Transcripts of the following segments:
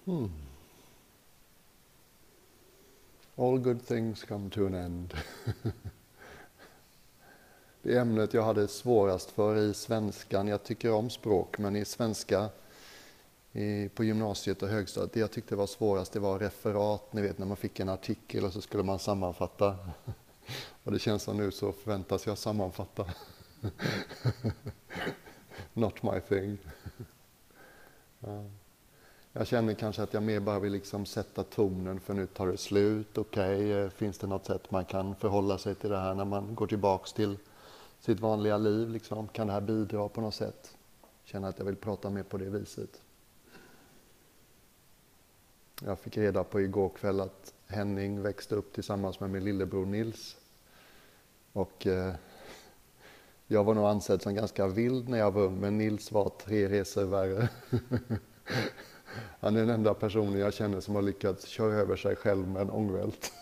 All good things come to an end. Det ämnet jag hade svårast för i svenskan, jag tycker om språk, men i svenska på gymnasiet och högstadiet, det jag tyckte var svårast, det var referat. Ni vet när man fick en artikel och så skulle man sammanfatta. Och det känns som nu så förväntas jag sammanfatta. Not my thing. Ja. Jag känner kanske att jag mer bara vill liksom sätta tonen för nu tar det slut. Okej, finns det något sätt man kan förhålla sig till det här när man går tillbaks till sitt vanliga liv? Liksom? Kan det här bidra på något sätt? Känner att jag vill prata mer på det viset. Jag fick reda på igår kväll att Henning växte upp tillsammans med min lillebror Nils. Och jag var nog ansedd som ganska vild när jag var ung, men Nils var 3 resor värre. Han är den enda personen jag känner som har lyckats köra över sig själv med en ångvält.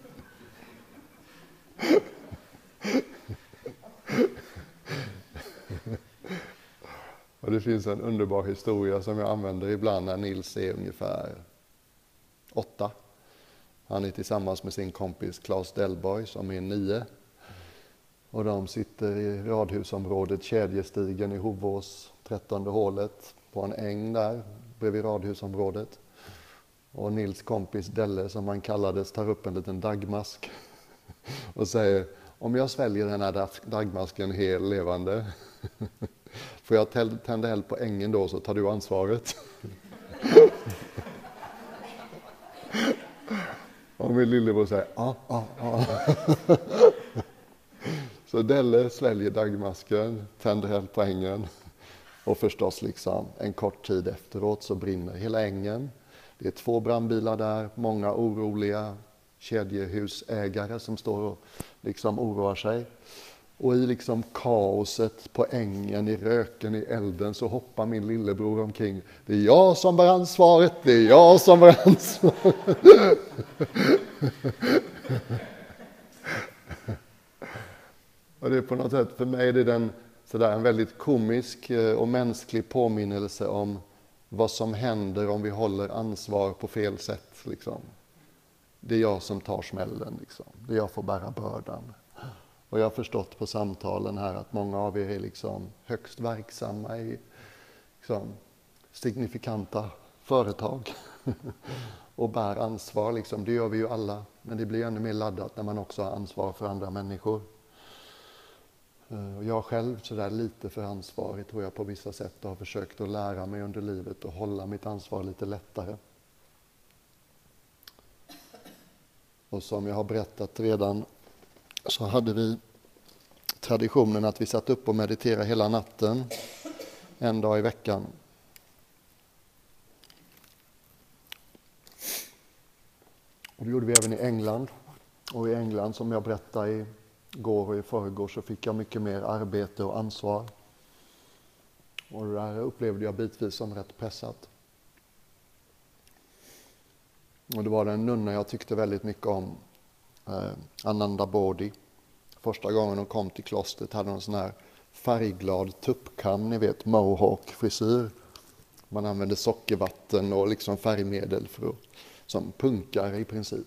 Och det finns en underbar historia som jag använder ibland när Nils är ungefär 8. Han är tillsammans med sin kompis Claes Delborg som är 9. Och de sitter i radhusområdet Kedjestigen i Hovås, 13:e hålet, på en äng där bredvid radhusområdet. Och Nils kompis Delle, som han kallades, tar upp en liten dagmask och säger: om jag sväljer den här dagmasken hel levande, får jag tända eld på ängen då, så tar du ansvaret. Och min lillebror säger ja. Så Delle sväljer dagmasken, tänder eld på ängen. Och förstås liksom en kort tid efteråt så brinner hela ängen. Det är 2 brandbilar där, många oroliga kedjehusägare som står och liksom oroar sig. Och i liksom kaoset på ängen, i röken, i elden, så hoppar min lillebror omkring. Det är jag som bär ansvaret, det är jag som bär ansvaret. Och det är på något sätt, för mig är det en väldigt komisk och mänsklig påminnelse om vad som händer om vi håller ansvar på fel sätt. Liksom. Det är jag som tar smällen, liksom. Det är jag får bära bördan. Och jag har förstått på samtalen här att många av er är liksom högst verksamma i liksom signifikanta företag och bär ansvar. Liksom. Det gör vi ju alla, men det blir ännu mer laddat när man också har ansvar för andra människor. Och jag själv så där lite för ansvarig tror jag på vissa sätt och har försökt att lära mig under livet och hålla mitt ansvar lite lättare. Och som jag har berättat redan så hade vi traditionen att vi satt upp och mediterade hela natten, en dag i veckan. Och det gjorde vi även i England. Och i England, som jag berättade igår och i förrgår, så fick jag mycket mer arbete och ansvar. Och det där upplevde jag bitvis som rätt pressat. Och det var en nunna jag tyckte väldigt mycket om, Ananda Bodhi. Första gången hon kom till klostret hade hon en sån här färgglad tuppkam, ni vet, mohawk-frisyr. Man använde sockervatten och liksom färgmedel för att, som punkare i princip.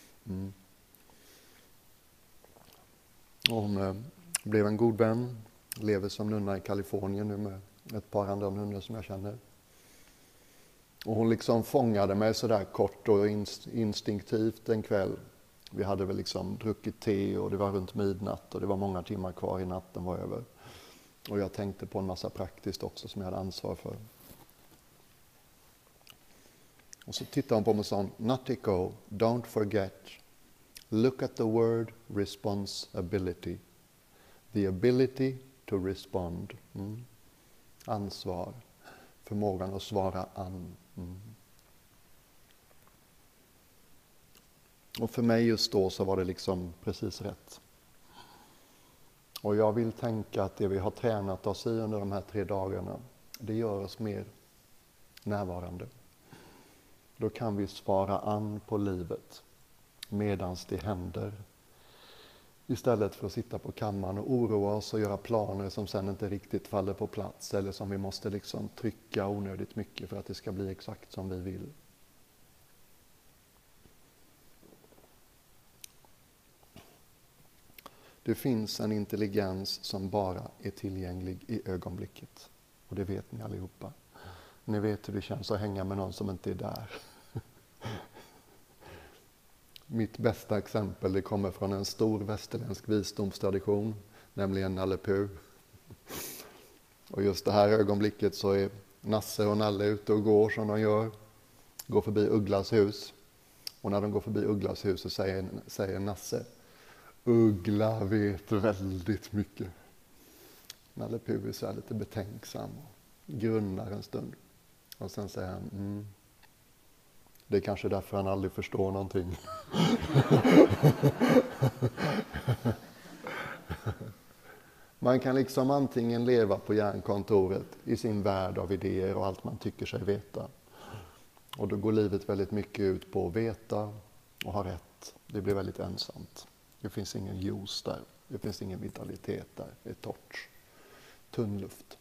Hon blev en god vän, lever som nunna i Kalifornien nu med ett par andra nunnor som jag känner. Och hon liksom fångade mig så där kort och instinktivt en kväll. Vi hade väl liksom druckit te och det var runt midnatt och det var många timmar kvar i natten var över. Och jag tänkte på en massa praktiskt också som jag hade ansvar för. Och så tittade hon på mig och sa: Natiko, don't forget. Look at the word responsibility. The ability to respond. Ansvar. Förmågan att svara an. Och för mig just då så var det liksom precis rätt. Och jag vill tänka att det vi har tränat oss i under de här 3 dagarna, det gör oss mer närvarande. Då kan vi svara an på livet medans det händer. Istället för att sitta på kammaren och oroa oss och göra planer som sen inte riktigt faller på plats. Eller som vi måste liksom trycka onödigt mycket för att det ska bli exakt som vi vill. Det finns en intelligens som bara är tillgänglig i ögonblicket. Och det vet ni allihopa. Ni vet hur det känns att hänga med någon som inte är där. Mitt bästa exempel, det kommer från en stor västerländsk visdomstradition, nämligen Nalle Puh. Och just det här ögonblicket så är Nasse och Nalle ute och går som de gör. Går förbi Ugglas hus. Och när de går förbi Ugglas hus så säger Nasse: Uggla vet väldigt mycket. Nalle Puh är så här lite betänksam och grunnar en stund. Och sen säger han: det är kanske därför han aldrig förstår någonting. Man kan liksom antingen leva på hjärnkontoret i sin värld av idéer och allt man tycker sig veta. Och då går livet väldigt mycket ut på att veta och ha rätt. Det blir väldigt ensamt. Det finns ingen ljus där. Det finns ingen vitalitet där. Det är torrt. Tunn luft.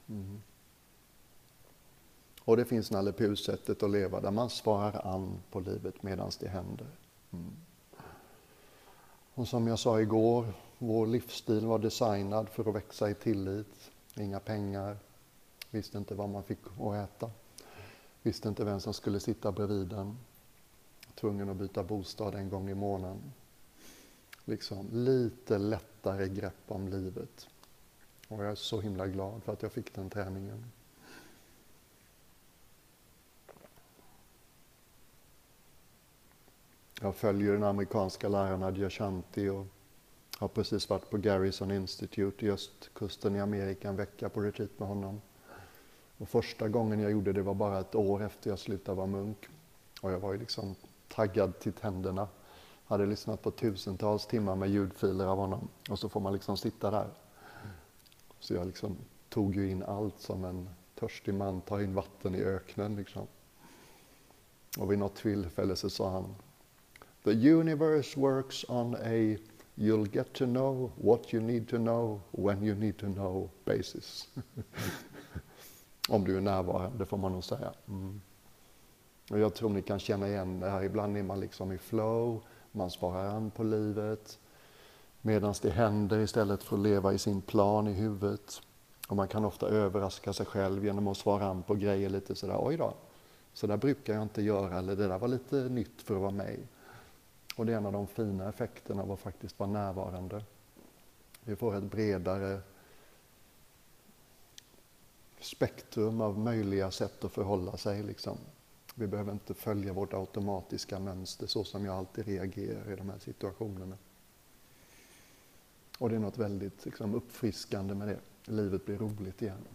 Och det finns Nalle Puh-sättet att leva där man svarar an på livet medan det händer. Och som jag sa igår, vår livsstil var designad för att växa i tillit. Inga pengar, visste inte vad man fick att äta. Visste inte vem som skulle sitta bredvid en. Tvungen att byta bostad en gång i månaden. Liksom lite lättare grepp om livet. Och jag är så himla glad för att jag fick den träningen. Jag följer den amerikanska läraren Adyashanti och har precis varit på Garrison Institute i östkusten i Amerika en vecka på retreat med honom. Och första gången jag gjorde det var bara ett år efter jag slutade vara munk. Och jag var ju liksom taggad till tänderna. Hade lyssnat på tusentals timmar med ljudfiler av honom. Och så får man liksom sitta där. Så jag liksom tog ju in allt som en törstig man tar in vatten i öknen liksom. Och vid något tillfälle så sa han: The universe works on a you'll get to know what you need to know when you need to know basis. Om du är närvarande får man nog säga. Och jag tror ni kan känna igen det här. Ibland är man liksom i flow, man svarar an på livet medan det händer istället för att leva i sin plan i huvudet. Och man kan ofta överraska sig själv genom att svara an på grejer lite sådär: oj då, så där brukar jag inte göra, eller det där var lite nytt för att vara mig. Och det är en av de fina effekterna av att faktiskt vara närvarande. Vi får ett bredare spektrum av möjliga sätt att förhålla sig. Liksom. Vi behöver inte följa vårt automatiska mönster så som jag alltid reagerar i de här situationerna. Och det är något väldigt liksom, uppfriskande med det. Livet blir roligt igen.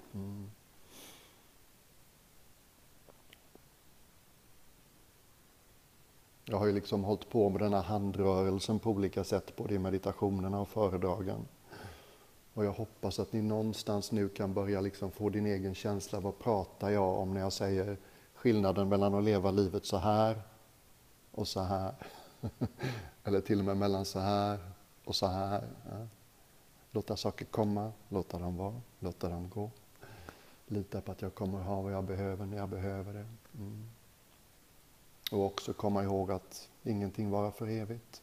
Jag har ju liksom hållit på med den här handrörelsen på olika sätt, både i meditationerna och föredragen. Och jag hoppas att ni någonstans nu kan börja liksom få din egen känsla. Vad pratar jag om när jag säger skillnaden mellan att leva livet så här och så här? Eller till och med mellan så här och så här. Ja. Låta saker komma, låta dem vara, låta dem gå. Lita på att jag kommer ha vad jag behöver när jag behöver det. Och också komma ihåg att ingenting varar för evigt.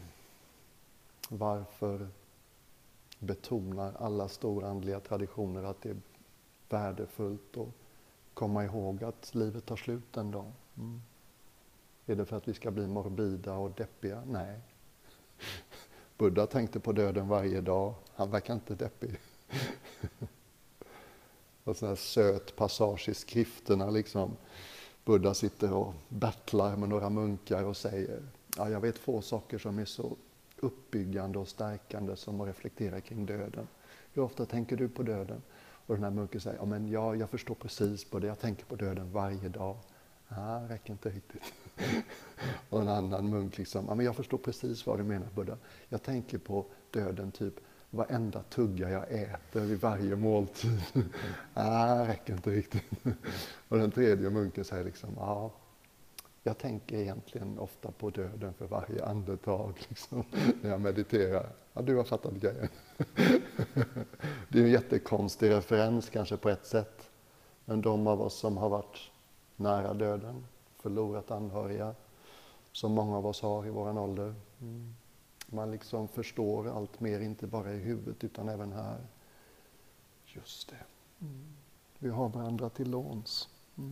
Varför betonar alla stora andliga traditioner att det är värdefullt att komma ihåg att livet tar slut en dag? Är det för att vi ska bli morbida och deppiga? Nej. Buddha tänkte på döden varje dag. Han verkar inte deppig. Och sån här söt passage i skrifterna liksom. Buddha sitter och battlar med några munkar och säger: ja, jag vet få saker som är så uppbyggande och stärkande som att reflektera kring döden. Hur ofta tänker du på döden? Och den här munken säger: ja, jag förstår precis på det. Jag tänker på döden varje dag. Räcker inte riktigt. Och en annan munk liksom: men jag förstår precis vad du menar, Buddha. Jag tänker på döden typ varenda tugga jag äter vid varje måltid. Räcker inte riktigt. Och den tredje munken säger liksom: jag tänker egentligen ofta på döden för varje andetag liksom, när jag mediterar. Du har fattat grejen. Det är en jättekonstig referens kanske på ett sätt. Men de av oss som har varit nära döden, förlorat anhöriga, som många av oss har i våran ålder. Man liksom förstår allt mer, inte bara i huvudet utan även här. Just det. Vi har varandra till låns.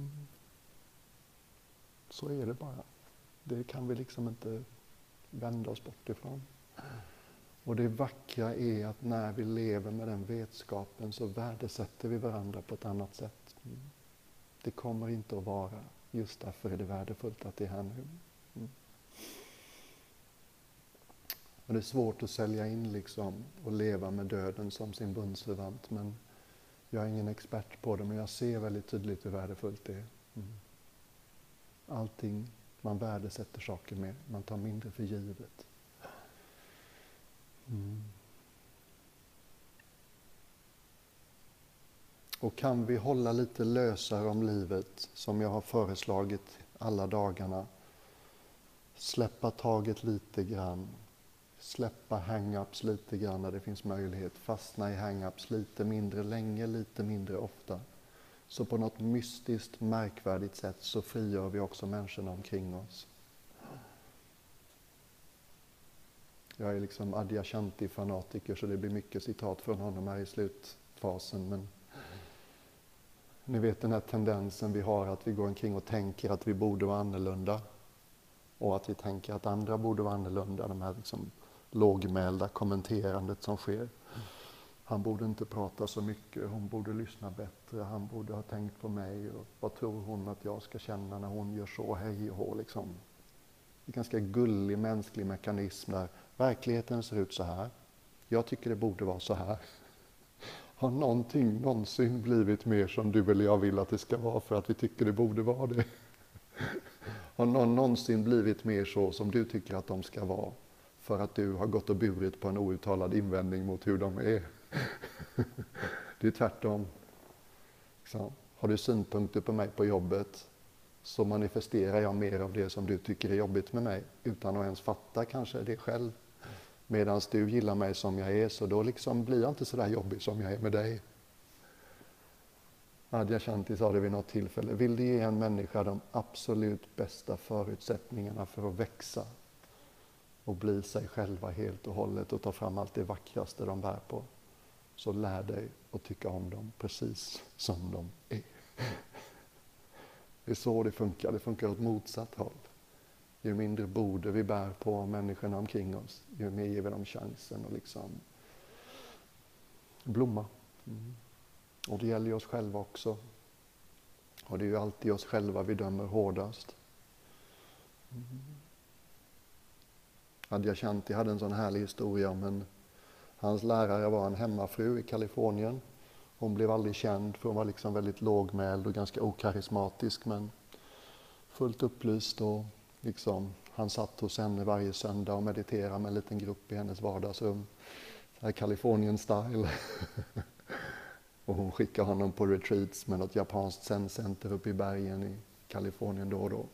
Så är det bara. Det kan vi liksom inte vända oss bort ifrån. Och det vackra är att när vi lever med den vetskapen så värdesätter vi varandra på ett annat sätt. Det kommer inte att vara. Just därför är det värdefullt att det är här nu. Och det är svårt att sälja in liksom och leva med döden som sin bundsförvant. Men jag är ingen expert på det, men jag ser väldigt tydligt hur värdefullt det är. Allting man värdesätter saker med, man tar mindre för givet. Och kan vi hålla lite lösare om livet, som jag har föreslagit alla dagarna, släppa taget lite grann, släppa hang-ups lite grann när det finns möjlighet, fastna i hang-ups lite mindre länge, lite mindre ofta. Så på något mystiskt, märkvärdigt sätt så frigör vi också människorna omkring oss. Jag är liksom Adyashanti-fanatiker så det blir mycket citat från honom här i slutfasen. Men ni vet den här tendensen vi har att vi går omkring och tänker att vi borde vara annorlunda. Och att vi tänker att andra borde vara annorlunda. De här liksom lågmälda kommenterandet som sker. Han borde inte prata så mycket, hon borde lyssna bättre, han borde ha tänkt på mig. Och vad tror hon att jag ska känna när hon gör så, hej och hå liksom. Det är en ganska gullig mänsklig mekanism där verkligheten ser ut så här. Jag tycker det borde vara så här. Har någonting någonsin blivit mer som du eller jag vill att det ska vara för att vi tycker det borde vara det? Har någon någonsin blivit mer så som du tycker att de ska vara för att du har gått och burit på en outtalad invändning mot hur de är? Det är tvärtom. Så, har du synpunkter på mig på jobbet så manifesterar jag mer av det som du tycker är jobbigt med mig utan att ens fatta kanske det själv. Medan du gillar mig som jag är så då liksom blir jag inte så där jobbig som jag är med dig. Adyashanti sa det vid något tillfälle. Vill du ge en människa de absolut bästa förutsättningarna för att växa och bli sig själva helt och hållet och ta fram allt det vackraste de bär på, så lär dig att tycka om dem precis som de är. Det är så det funkar åt motsatt håll. Ju mindre borde vi bär på människorna omkring oss, ju mer ger vi dem chansen att liksom blomma. Och det gäller ju oss själva också. Och det är ju alltid oss själva vi dömer hårdast. Adyashanti hade en sån härlig historia om hans lärare var en hemmafru i Kalifornien. Hon blev aldrig känd för hon var liksom väldigt lågmäld och ganska okarismatisk men fullt upplyst och liksom han satt hos henne varje söndag och mediterade med en liten grupp i hennes vardagsrum. Så här Kalifornien style. Och hon skickade honom på retreats med något japanskt zen-center uppe i bergen i Kalifornien då och då.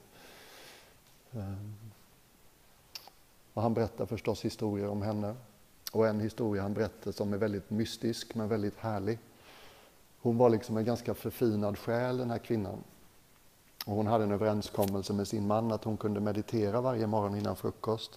Och han berättar förstås historier om henne. Och en historia han berättar som är väldigt mystisk men väldigt härlig. Hon var liksom en ganska förfinad själ, den här kvinnan. Och hon hade en överenskommelse med sin man att hon kunde meditera varje morgon innan frukost.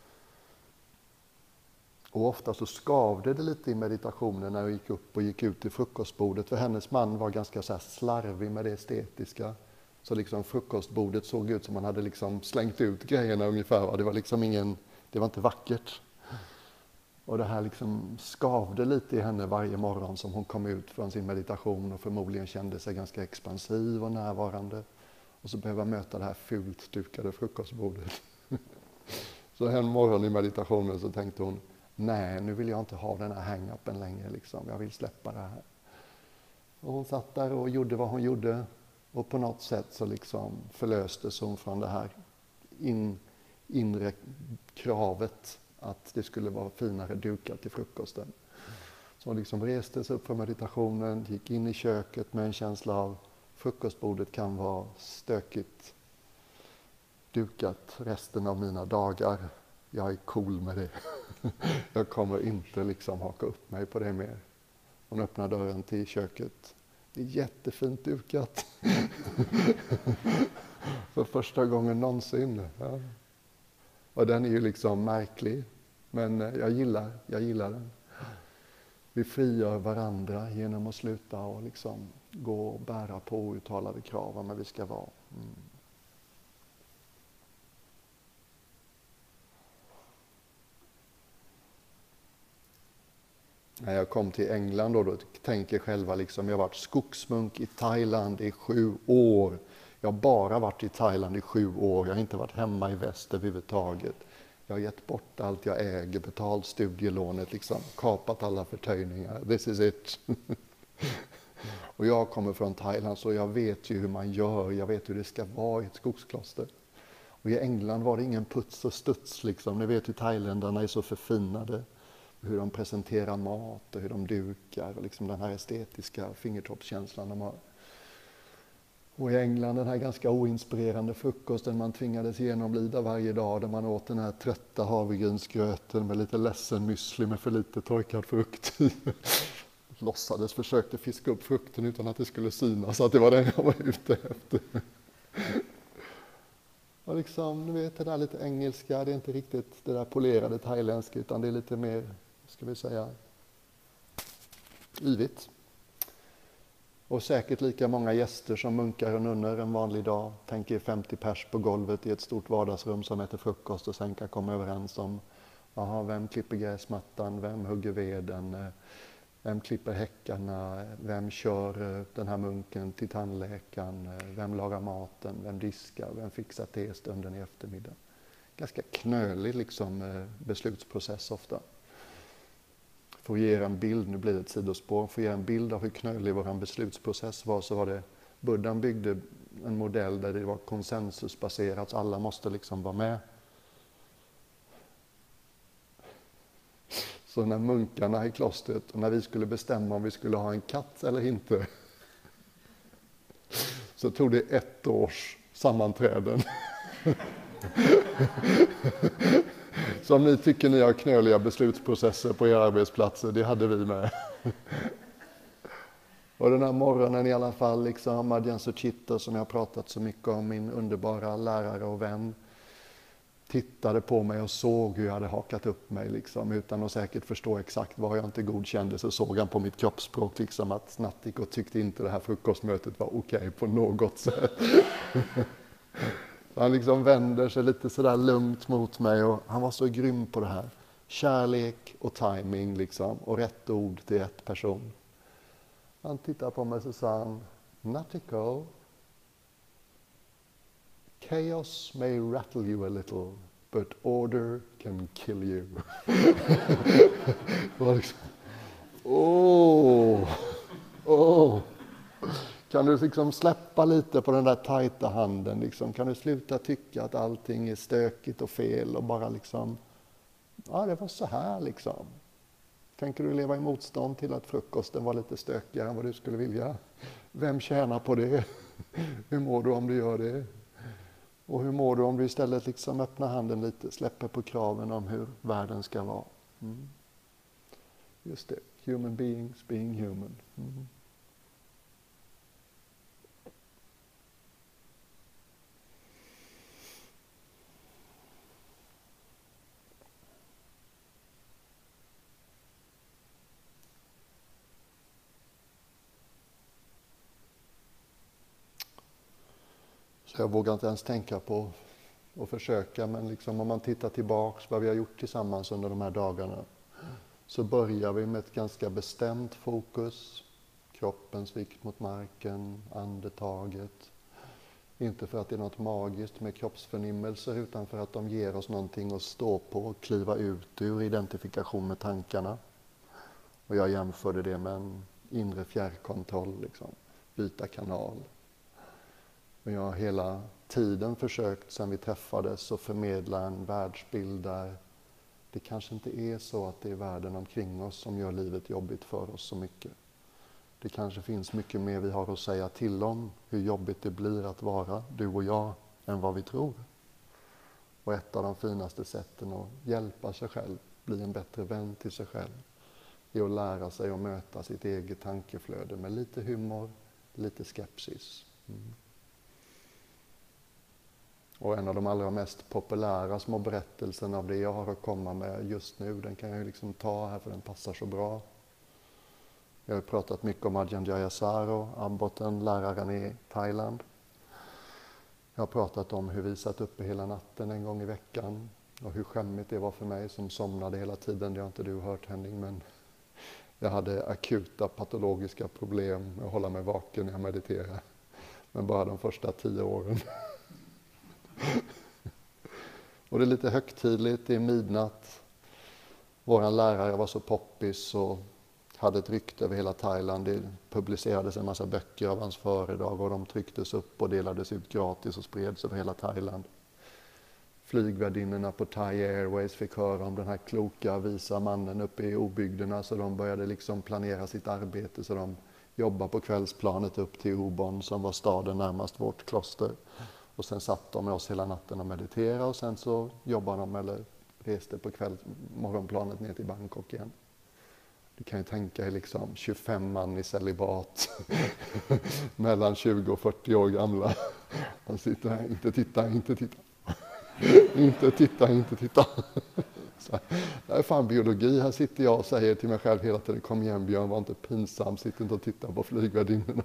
Och ofta så skavde det lite i meditationen när hon gick upp och gick ut till frukostbordet. För hennes man var ganska så här slarvig med det estetiska. Så liksom frukostbordet såg ut som man hade liksom slängt ut grejerna ungefär. Det var liksom det var inte vackert. Och det här liksom skavde lite i henne varje morgon som hon kom ut från sin meditation och förmodligen kände sig ganska expansiv och närvarande. Och så behöver jag möta det här fult dukade frukostbordet. Så en morgon i meditationen så tänkte hon, nej nu vill jag inte ha den här hang-upen längre liksom. Jag vill släppa det här. Och hon satt där och gjorde vad hon gjorde. Och på något sätt så liksom förlöstes hon från det här inre kravet att det skulle vara finare dukat till frukosten. Så hon liksom reste sig upp från meditationen, gick in i köket med en känsla av frukostbordet kan vara stökigt dukat resten av mina dagar. Jag är cool med det. Jag kommer inte liksom haka upp mig på det mer. Hon öppnar dörren till köket. Det är jättefint dukat. För första gången någonsin. Ja. Och den är ju liksom märklig. Men jag gillar den. Vi frigör varandra genom att sluta och liksom gå och bära på outtalade krav om vad vi ska vara. När jag kom till England då tänker själva liksom, jag har varit skogsmunk i Thailand i 7 år. Jag har bara varit i Thailand i 7 år. Jag har inte varit hemma i väst överhuvudtaget. Jag har gett bort allt jag äger, betalt studielånet, liksom, kapat alla förtöjningar. This is it. Och jag kommer från Thailand så jag vet ju hur man gör. Jag vet hur det ska vara i ett skogskloster. Och i England var det ingen puts och studs. Liksom. Ni vet hur thailändarna är så förfinade. Hur de presenterar mat och hur de dukar. Och liksom den här estetiska fingertoppskänslan de har. Och i England den här ganska oinspirerande frukosten man tvingades genomlida varje dag. Där man åt den här trötta havregrynsgröten med lite ledsen müsli med för lite torkad frukt i. Låtsades försökte fiska upp frukten utan att det skulle synas att det var den jag var ute efter. Och liksom, ni vet det där lite engelska, det är inte riktigt det där polerade thailändska utan det är lite mer, ska vi säga, yvigt. Och säkert lika många gäster som munkar och nunnor en vanlig dag. Tänker 50 pers på golvet i ett stort vardagsrum som äter frukost och sen kan komma överens om vem klipper gräsmattan, vem hugger veden, vem klipper häckarna, vem kör den här munken till tandläkaren, vem lagar maten, vem diskar, vem fixar testunden i eftermiddag. Ganska knölig liksom, beslutsprocess ofta. För att ge er en bild, nu blir det ett sidospår, för att ge en bild av hur knölig vår beslutsprocess var så var det, Buddhan byggde en modell där det var konsensusbaserat, så alla måste liksom vara med. Så när munkarna i klostret och när vi skulle bestämma om vi skulle ha en katt eller inte så tog det 1 års sammanträden. Så om ni tycker ni har knöliga beslutsprocesser på era arbetsplatser, det hade vi med. Och den här morgonen i alla fall, liksom Madhyan Suchita som jag har pratat så mycket om, min underbara lärare och vän, tittade på mig och såg hur jag hade hakat upp mig liksom, utan att säkert förstå exakt vad jag inte godkände, så såg han på mitt kroppsspråk liksom, att Snattik och tyckte inte det här frukostmötet var okej på något sätt. Han liksom vänder sig lite sådär lugnt mot mig och han var så grym på det här. Kärlek och timing liksom, och rätt ord till rätt person. Han tittar på mig och så sa han, Natiko, chaos may rattle you a little, but order can kill you. Det var liksom, Kan du liksom släppa lite på den där tajta handen? Liksom? Kan du sluta tycka att allting är stökigt och fel och bara liksom, det var så här liksom. Tänker du leva i motstånd till att frukosten var lite stökigare än vad du skulle vilja? Vem tjänar på det? Hur mår du om du gör det? Och hur mår du om du istället liksom öppnar handen lite, släpper på kraven om hur världen ska vara? Just det, human beings being human. Så jag vågar inte ens tänka på och försöka, men liksom om man tittar tillbaks vad vi har gjort tillsammans under de här dagarna, så börjar vi med ett ganska bestämt fokus. Kroppens vikt mot marken, andetaget. Inte för att det är något magiskt med kroppsförnimmelser, utan för att de ger oss någonting att stå på och kliva ut ur identifikation med tankarna. Och jag jämförde det med en inre fjärrkontroll, liksom. Byta kanal. Och jag har hela tiden försökt sedan vi träffades att förmedla en världsbild där det kanske inte är så att det är världen omkring oss som gör livet jobbigt för oss så mycket. Det kanske finns mycket mer vi har att säga till om hur jobbigt det blir att vara du och jag än vad vi tror. Och ett av de finaste sätten att hjälpa sig själv, bli en bättre vän till sig själv, är att lära sig att möta sitt eget tankeflöde med lite humor, lite skepsis. Och en av de allra mest populära små berättelserna av det jag har att komma med just nu, den kan jag liksom ta här för den passar så bra. Jag har pratat mycket om Ajahn Jayasaro, abboten, läraren i Thailand. Jag har pratat om hur vi satt uppe hela natten en gång i veckan och hur skämmigt det var för mig som somnade hela tiden. Det har inte du hört, Henning, men jag hade akuta patologiska problem med att hålla mig vaken när jag mediterade. Men bara de första 10 åren. Och det är lite högtidligt, det är midnatt. Vår lärare var så poppis och hade ett rykte över hela Thailand. Det publicerades en massa böcker av hans föredrag och de trycktes upp och delades ut gratis och spreds över hela Thailand. Flygvärdinnorna på Thai Airways fick höra om den här kloka, visa mannen uppe i obygderna, så de började liksom planera sitt arbete, så de jobbade på kvällsplanet upp till Ubon som var staden närmast vårt kloster. Och sen satt de med oss hela natten och mediterade och sen så jobbade de eller reste på morgonplanet ner till Bangkok igen. Du kan ju tänka dig liksom 25 man i celibat mellan 20 och 40 år gamla. De sitter här, inte titta. Inte titta. Så, det är fan biologi, här sitter jag och säger till mig själv hela tiden, kom igen Björn, var inte pinsam, sitt inte och titta på flygvärdinnorna.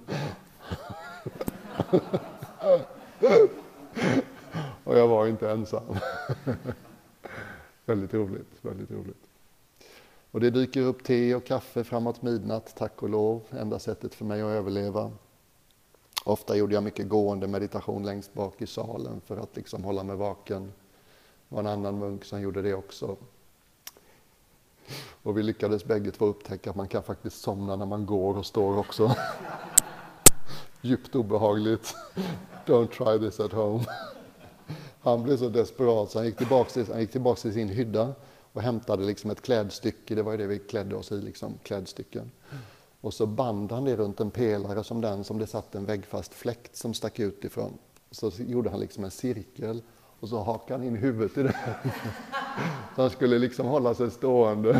Och jag var inte ensam. Väldigt roligt, väldigt roligt. Och det dyker upp te och kaffe framåt midnatt, tack och lov. Enda sättet för mig att överleva. Ofta gjorde jag mycket gående meditation längst bak i salen för att liksom hålla mig vaken. Det var en annan munk som gjorde det också. Och vi lyckades bägge två upptäcka att man kan faktiskt somna när man går och står också. Djupt obehagligt. Don't try this at home. Han blev så desperat så han gick tillbaka till sin hydda och hämtade liksom ett klädstycke. Det var ju det vi klädde oss i, liksom, klädstycken. Och så band han det runt en pelare som det satt en väggfast fläkt som stack ut ifrån. Så gjorde han liksom en cirkel och så hakade han in huvudet i det. Så han skulle liksom hålla sig stående.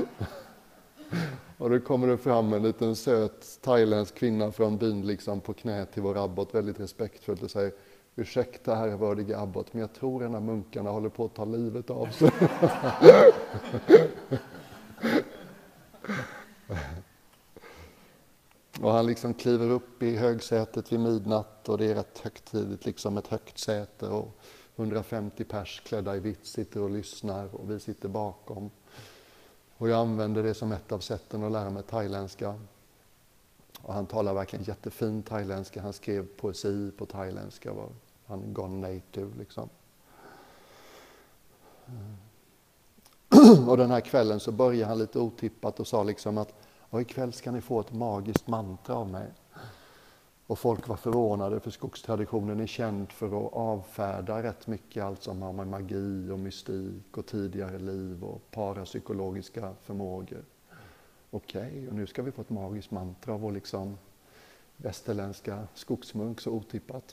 Och då kommer det fram en liten söt thailändsk kvinna från byn liksom på knä till vår abbot, väldigt respektfullt, och säger: ursäkta herrvördige abbot, men jag tror en av munkarna håller på att ta livet av sig. Och han liksom kliver upp i högsätet vid midnatt och det är rätt högtidligt, liksom ett högt säte och 150 pers klädda i vitt sitter och lyssnar och vi sitter bakom. Och jag använder det som ett av sätten att lära mig thailändska. Och han talar verkligen jättefin thailändska, han skrev poesi på thailändska, han är gone native liksom. Och den här kvällen så började han lite otippat och sa liksom att ikväll ska ni få ett magiskt mantra av mig. Och folk var förvånade, för skogstraditionen är känd för att avfärda rätt mycket allt som har med magi och mystik och tidigare liv och parapsykologiska förmågor. Okej, och nu ska vi få ett magiskt mantra av vår liksom västerländska skogsmunk, så otippat.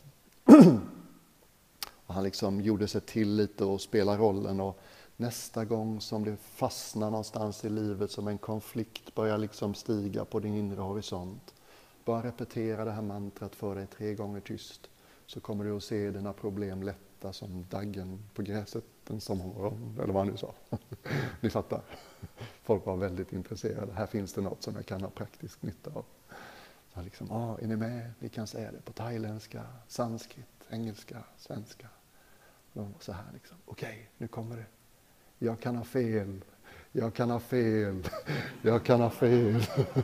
Och han liksom gjorde sig till lite och spelade rollen, och nästa gång som det fastnar någonstans i livet som en konflikt börjar liksom stiga på din inre horisont, bara repetera det här mantrat för dig 3 gånger tyst, så kommer du att se dina problem lätta som daggen på gräset en sommarmorgon, eller vad han nu sa. Ni fattar. Folk var väldigt intresserade. Här finns det något som jag kan ha praktisk nytta av. Så liksom, är ni med? Vi kan säga det på thailändska, sanskrit, engelska, svenska. De var så här liksom, okej, nu kommer det. Jag kan ha fel. Jag kan ha fel. Jag kan ha fel.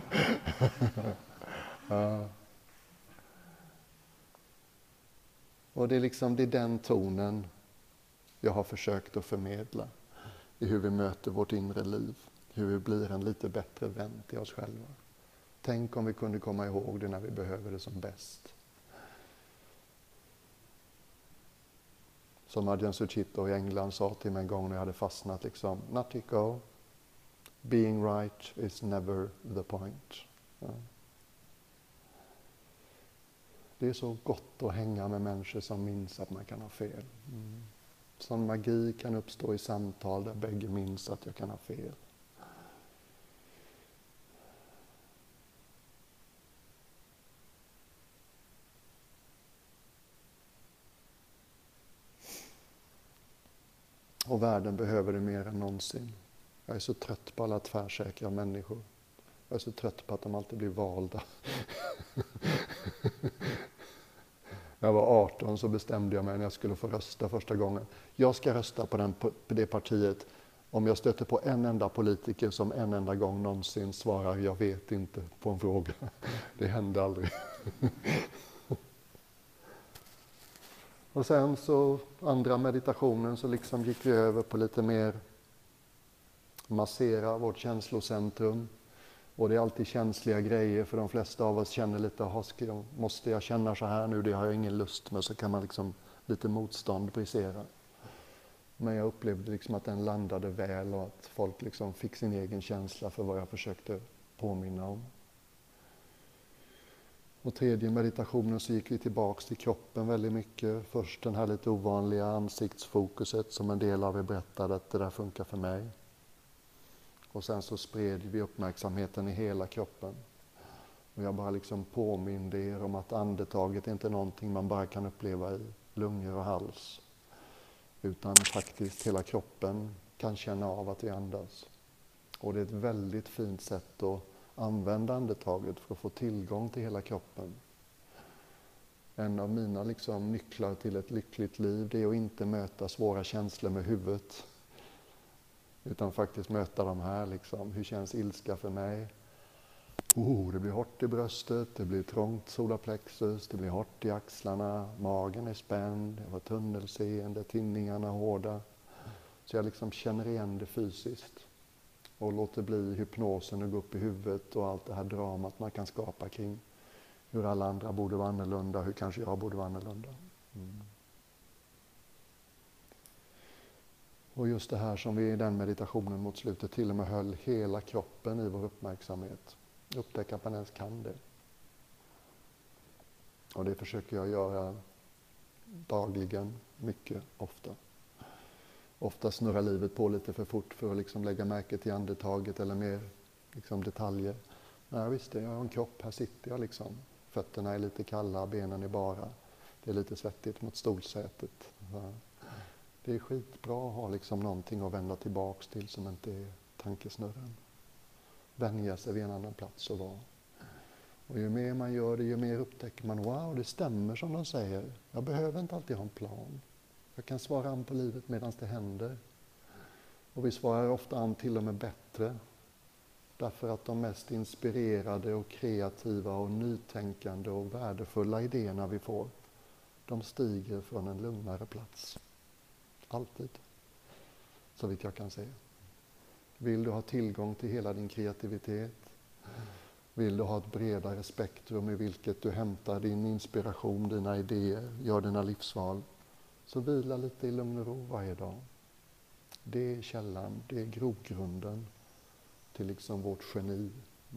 Ja. Och det är liksom det är den tonen jag har försökt att förmedla i hur vi möter vårt inre liv. Hur vi blir en lite bättre vän till oss själva. Tänk om vi kunde komma ihåg det när vi behöver det som bäst. Som Ajahn Sucitto i England sa till mig en gång när jag hade fastnat liksom, Natiko, being right is never the point. Ja. Det är så gott att hänga med människor som minns att man kan ha fel. Sån magi kan uppstå i samtal där bägge minns att jag kan ha fel. Och världen behöver det mer än någonsin. Jag är så trött på alla tvärsäkra människor. Jag är så trött på att de alltid blir valda. När jag var 18 så bestämde jag mig när jag skulle få rösta första gången. Jag ska rösta på det partiet om jag stöter på en enda politiker som en enda gång någonsin svarar jag vet inte på en fråga. Det hände aldrig. Och sen så andra meditationen så liksom gick vi över på lite mer massera vårt känslocentrum. Och det är alltid känsliga grejer för de flesta av oss känner lite, måste jag känna så här nu, det har jag ingen lust med, så kan man liksom lite motstånd brisera. Men jag upplevde liksom att den landade väl och att folk liksom fick sin egen känsla för vad jag försökte påminna om. Och tredje meditationen så gick vi tillbaks till kroppen väldigt mycket. Först den här lite ovanliga ansiktsfokuset som en del av er berättade att det där funkar för mig. Och sen så spred vi uppmärksamheten i hela kroppen. Och jag bara liksom påminde er om att andetaget är inte någonting man bara kan uppleva i lungor och hals. Utan faktiskt hela kroppen kan känna av att vi andas. Och det är ett väldigt fint sätt att använda andetaget för att få tillgång till hela kroppen. En av mina liksom nycklar till ett lyckligt liv, det är att inte möta svåra känslor med huvudet. Utan faktiskt möta de här liksom. Hur känns ilska för mig? Det blir hårt i bröstet, det blir trångt solarplexus, det blir hårt i axlarna, magen är spänd, jag har tunnelseende, tinningarna hårda. Så jag liksom känner igen det fysiskt. Och låter bli hypnosen och gå upp i huvudet och allt det här dramat man kan skapa kring hur alla andra borde vara annorlunda, hur kanske jag borde vara annorlunda. Och just det här som vi i den meditationen mot slutet till och med höll hela kroppen i vår uppmärksamhet. Upptäcka att man ens kan det. Och det försöker jag göra dagligen, mycket, ofta. Ofta snurrar livet på lite för fort för att liksom lägga märke till andetaget eller mer liksom detaljer. Nej, visst, jag har en kropp, här sitter jag liksom. Fötterna är lite kalla, benen är bara. Det är lite svettigt mot stolsätet. Det är skitbra att ha liksom någonting att vända tillbaks till som inte är tankesnurren. Vänja sig vid en annan plats att vara. Och ju mer man gör det, ju mer upptäcker man, wow, det stämmer som de säger. Jag behöver inte alltid ha en plan. Jag kan svara an på livet medan det händer. Och vi svarar ofta an till och med bättre. Därför att de mest inspirerade och kreativa och nytänkande och värdefulla idéerna vi får, de stiger från en lugnare plats. Alltid. Så vitt jag kan säga. Vill du ha tillgång till hela din kreativitet? Vill du ha ett bredare spektrum i vilket du hämtar din inspiration, dina idéer, gör dina livsval? Så vila lite i lugn och ro varje dag. Det är källan, det är grogrunden till liksom vårt geni.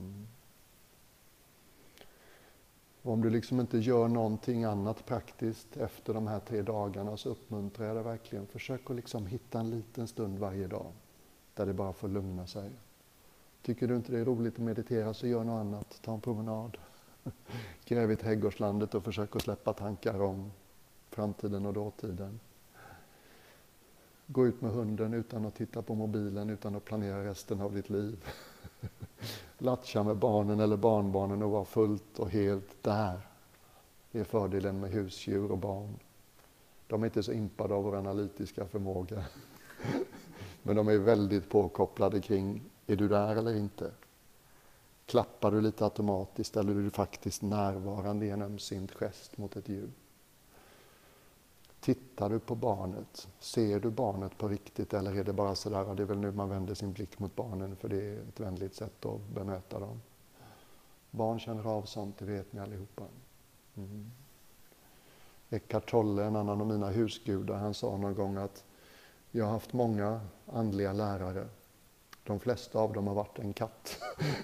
Om du liksom inte gör någonting annat praktiskt efter de här 3 dagarna så uppmuntrar jag dig verkligen. Försök att liksom hitta en liten stund varje dag där det bara får lugna sig. Tycker du inte det är roligt att meditera så gör något annat. Ta en promenad. Gräv i trädgårdslandet och försök att släppa tankar om framtiden och dåtiden. Gå ut med hunden utan att titta på mobilen, utan att planera resten av ditt liv. Latcha med barnen eller barnbarnen och vara fullt och helt där. Det är fördelen med husdjur och barn. De är inte så impade av vår analytiska förmåga. Men de är väldigt påkopplade kring, är du där eller inte? Klappar du lite automatiskt eller är du faktiskt närvarande i en ömsint gest mot ett djur? Tittar du på barnet? Ser du barnet på riktigt eller är det bara sådär, det är väl nu man vänder sin blick mot barnen för det är ett vänligt sätt att bemöta dem. Barn känner av sånt, det vet ni allihopa. Eckhart Tolle, en annan av mina husgudar, han sa någon gång att jag har haft många andliga lärare. De flesta av dem har varit en katt.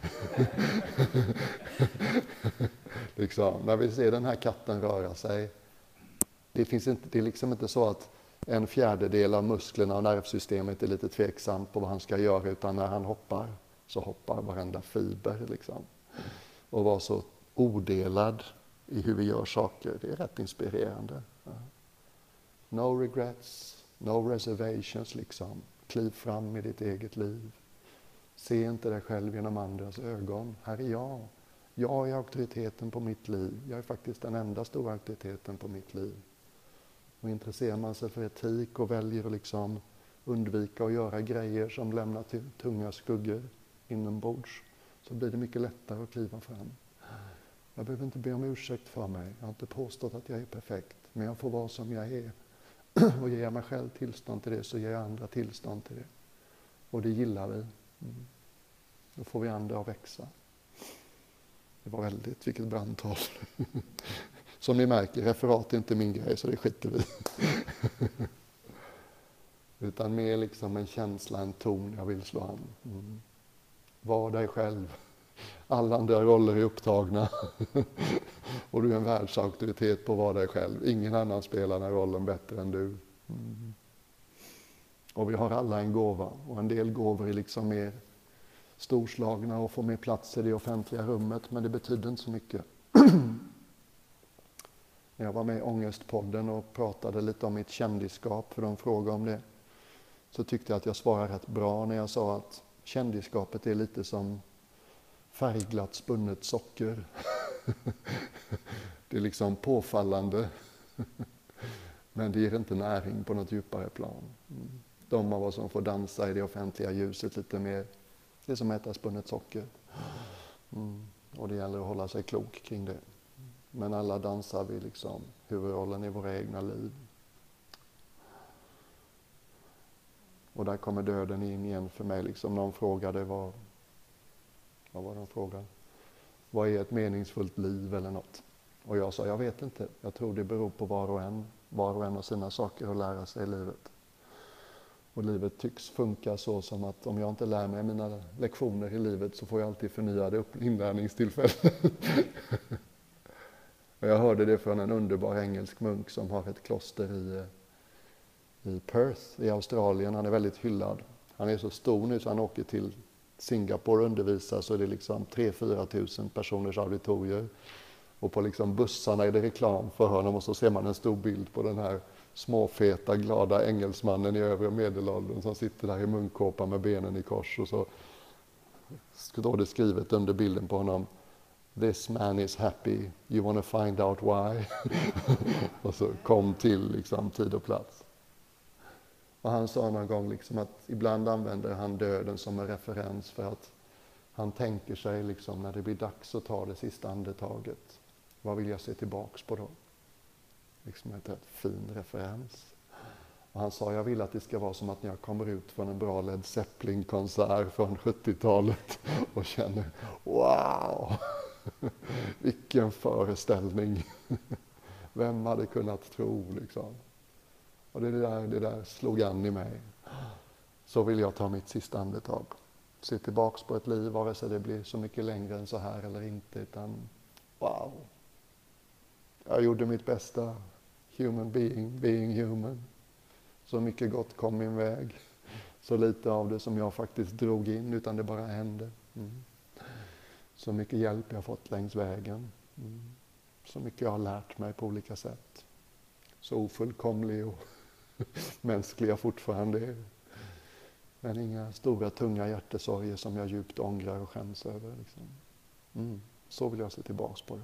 Liksom, när vi ser den här katten röra sig, det är liksom inte så att en fjärdedel av musklerna och nervsystemet är lite tveksamt på vad han ska göra, utan när han hoppar så hoppar varenda fiber. Liksom. Och vara så odelad i hur vi gör saker, det är rätt inspirerande. No regrets, No reservations liksom. Kliv fram i ditt eget liv. Se inte dig själv genom andras ögon. Här är jag. Jag är auktoriteten på mitt liv. Jag är faktiskt den enda stora auktoriteten på mitt liv. Och intresserar man sig för etik och väljer att liksom undvika att göra grejer som lämnar till tunga skuggor inombords, så blir det mycket lättare att kliva fram. Jag behöver inte be om ursäkt för mig. Jag har inte påstått att jag är perfekt. Men jag får vara som jag är. Och ger jag mig själv tillstånd till det, så ger jag andra tillstånd till det. Och det gillar vi. Då får vi andra att växa. Det var vilket brandtal. Som ni märker, referat är inte min grej, så det skiter vi. Utan mer liksom en känsla, en ton jag vill slå an. Var dig själv. Alla andra roller är upptagna. Och du är en världsauktoritet på att vara dig själv. Ingen annan spelar den rollen bättre än du. Och vi har alla en gåva. Och en del gåvor är liksom mer storslagna och får mer plats i det offentliga rummet. Men det betyder inte så mycket. När jag var med i Ångestpodden och pratade lite om mitt kändisskap, för de frågade om det, så tyckte jag att jag svarade rätt bra när jag sa att kändisskapet är lite som färgglatt spunnet socker. Det är liksom påfallande, men det ger inte näring på något djupare plan. De av oss som får dansa i det offentliga ljuset lite mer, det är som att äta spunnet socker. Och det gäller att hålla sig klok kring det. Men alla dansar vi liksom huvudrollen i våra egna liv. Och där kommer döden in igen för mig. Liksom någon frågade vad var de frågade? Vad är ett meningsfullt liv eller något? Och jag sa, jag vet inte. Jag tror det beror på var och en. Var och en har sina saker att lära sig i livet. Och livet tycks funka så som att om jag inte lär mig mina lektioner i livet, så får jag alltid förnyade inlärningstillfällen. Och jag hörde det från en underbar engelsk munk som har ett kloster i Perth i Australien. Han är väldigt hyllad. Han är så stor nu så han åker till Singapore och undervisar, så är det liksom 3-4 tusen personers auditorier. Och på liksom bussarna är det reklam för honom, och så ser man en stor bild på den här småfeta, glada engelsmannen i övre medelåldern som sitter där i munkkåpa med benen i kors. Och så står det skrivet under bilden på honom: This man is happy, you want to find out why? Och så kom till liksom tid och plats. Och han sa någon gång liksom att ibland använder han döden som en referens, för att han tänker sig liksom när det blir dags att ta det sista andetaget. Vad vill jag se tillbaks på då? Liksom ett rätt fin referens. Och han sa, jag vill att det ska vara som att när jag kommer ut från en bra Led Zeppelin-konsert från 70-talet och känner, wow! Vilken föreställning! Vem hade kunnat tro liksom? Och det där slog an i mig. Så vill jag ta mitt sista andetag. Se tillbaks på ett liv, vare sig det blir så mycket längre än så här eller inte. Utan, wow! Jag gjorde mitt bästa. Human being human. Så mycket gott kom min väg. Så lite av det som jag faktiskt drog in, utan det bara hände. Så mycket hjälp jag fått längs vägen. Så mycket jag har lärt mig på olika sätt. Så ofullkomlig och mänsklig jag fortfarande är. Men inga stora tunga hjärtesorger som jag djupt ångrar och skäms över. Liksom. Så vill jag se tillbaks på det.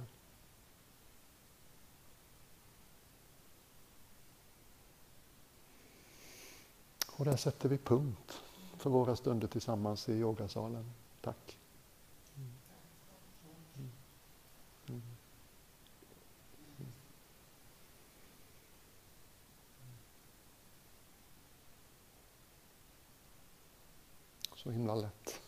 Och där sätter vi punkt för våra stunder tillsammans i yogasalen. Tack. Så himla lätt.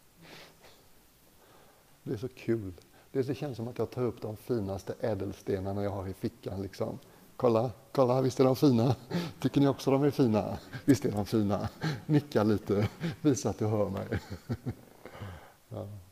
Det är så kul. Det känns som att jag tar upp de finaste ädelstenarna jag har i fickan. Liksom. Kolla, visst är de fina? Tycker ni också de är fina? Visst är de fina? Nicka lite, visa att du hör mig. Ja.